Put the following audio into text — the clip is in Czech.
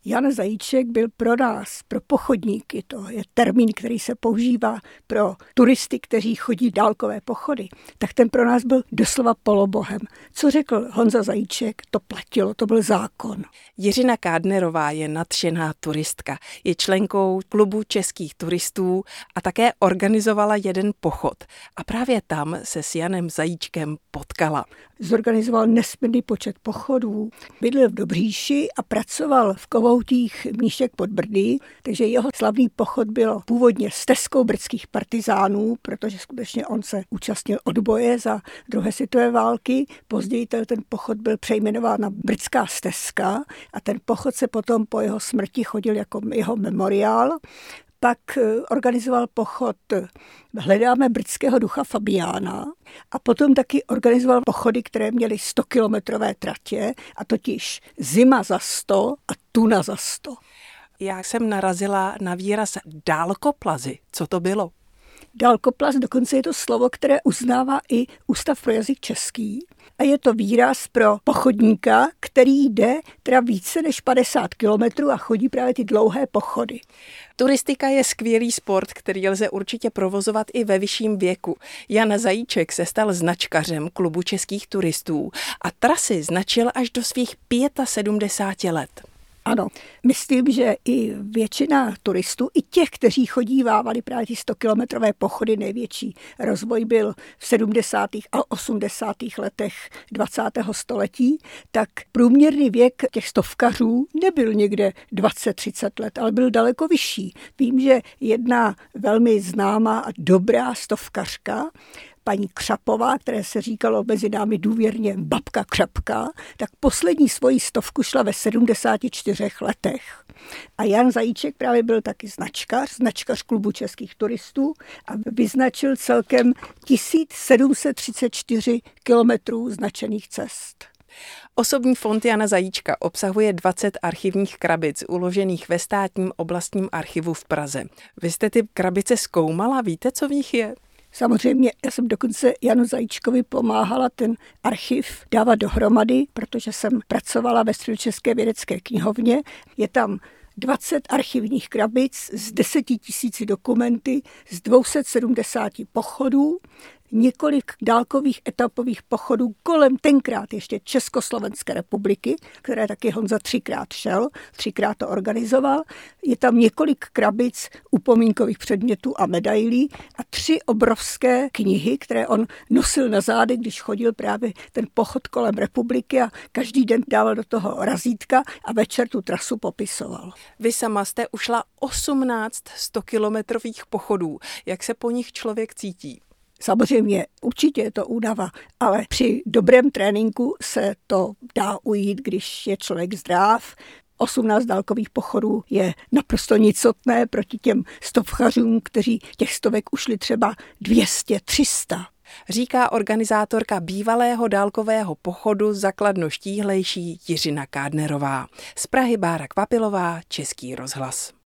Jan Zajíček byl pro nás, pro pochodníky, to je termín, který se používá pro turisty, kteří chodí dálkové pochody, tak ten pro nás byl doslova polobohem. Co řekl Honza Zajíček, to platilo, to byl zákon. Jiřina Kádnerová je nadšená turistka. Je členkou klubu českých turistů a také organizovala jeden pochod. A právě tam se s Janem Zajíčkem potkala. Zorganizoval nesmírný počet pochodů, bydlel v Dobříši a pracoval v Kovoutích Mníšek pod Brdy, takže jeho slavný pochod byl původně stezkou brdských partizánů, protože skutečně on se účastnil odboje za druhé světové války. Později ten pochod byl přejmenován na Brdská stezka a ten pochod se potom po jeho smrti chodil jako jeho memoriál. Pak organizoval pochod Hledáme brdského ducha Fabiána a potom taky organizoval pochody, které měly 100kilometrové tratě, a totiž Zima za 100 a Tuna za 100. Já jsem narazila na výraz dálkoplazy. Co to bylo? Dálkoplaz, dokonce je to slovo, které uznává i Ústav pro jazyk český. A je to výraz pro pochodníka, který jde teda více než 50 kilometrů a chodí právě ty dlouhé pochody. Turistika je skvělý sport, který lze určitě provozovat i ve vyšším věku. Jan Zajíček se stal značkařem klubu českých turistů a trasy značil až do svých 75 let. Ano, myslím, že i většina turistů, i těch, kteří chodívávali právě ty 100kilometrové pochody, největší rozvoj byl v 70. a 80. letech 20. století, tak průměrný věk těch stovkařů nebyl někde 20-30 let, ale byl daleko vyšší. Vím, že jedna velmi známá a dobrá stovkařka, paní Křapová, které se říkalo mezi námi důvěrně babka Křapka, tak poslední svoji 100 šla ve 74 letech. A Jan Zajíček právě byl taky značkař klubu českých turistů a vyznačil celkem 1734 kilometrů značených cest. Osobní fond Jana Zajíčka obsahuje 20 archivních krabic uložených ve Státním oblastním archivu v Praze. Vy jste ty krabice zkoumala, víte, co v nich je? Samozřejmě, já jsem dokonce Janu Zajíčkovi pomáhala ten archiv dávat dohromady, protože jsem pracovala ve Středočeské vědecké knihovně. Je tam 20 archivních krabic s 10 000 dokumenty z 270 pochodů, několik dálkových etapových pochodů kolem tenkrát ještě Československé republiky, které taky Honza 3krát šel, 3krát to organizoval. Je tam několik krabic upomínkových předmětů a medailí a 3 obrovské knihy, které on nosil na zádech, když chodil právě ten pochod kolem republiky a každý den dával do toho razítka a večer tu trasu popisoval. Vy sama jste ušla 18 100kilometrových pochodů. Jak se po nich člověk cítí? Samozřejmě, určitě je to únava, ale při dobrém tréninku se to dá ujít, když je člověk zdrav. 18 dálkových pochodů je naprosto nicotné proti těm stovkařům, kteří těch stovek ušli třeba 200, 300. Říká organizátorka bývalého dálkového pochodu za Kladno štíhlejší Jiřina Kádnerová. Z Prahy Bára Kvapilová, Český rozhlas.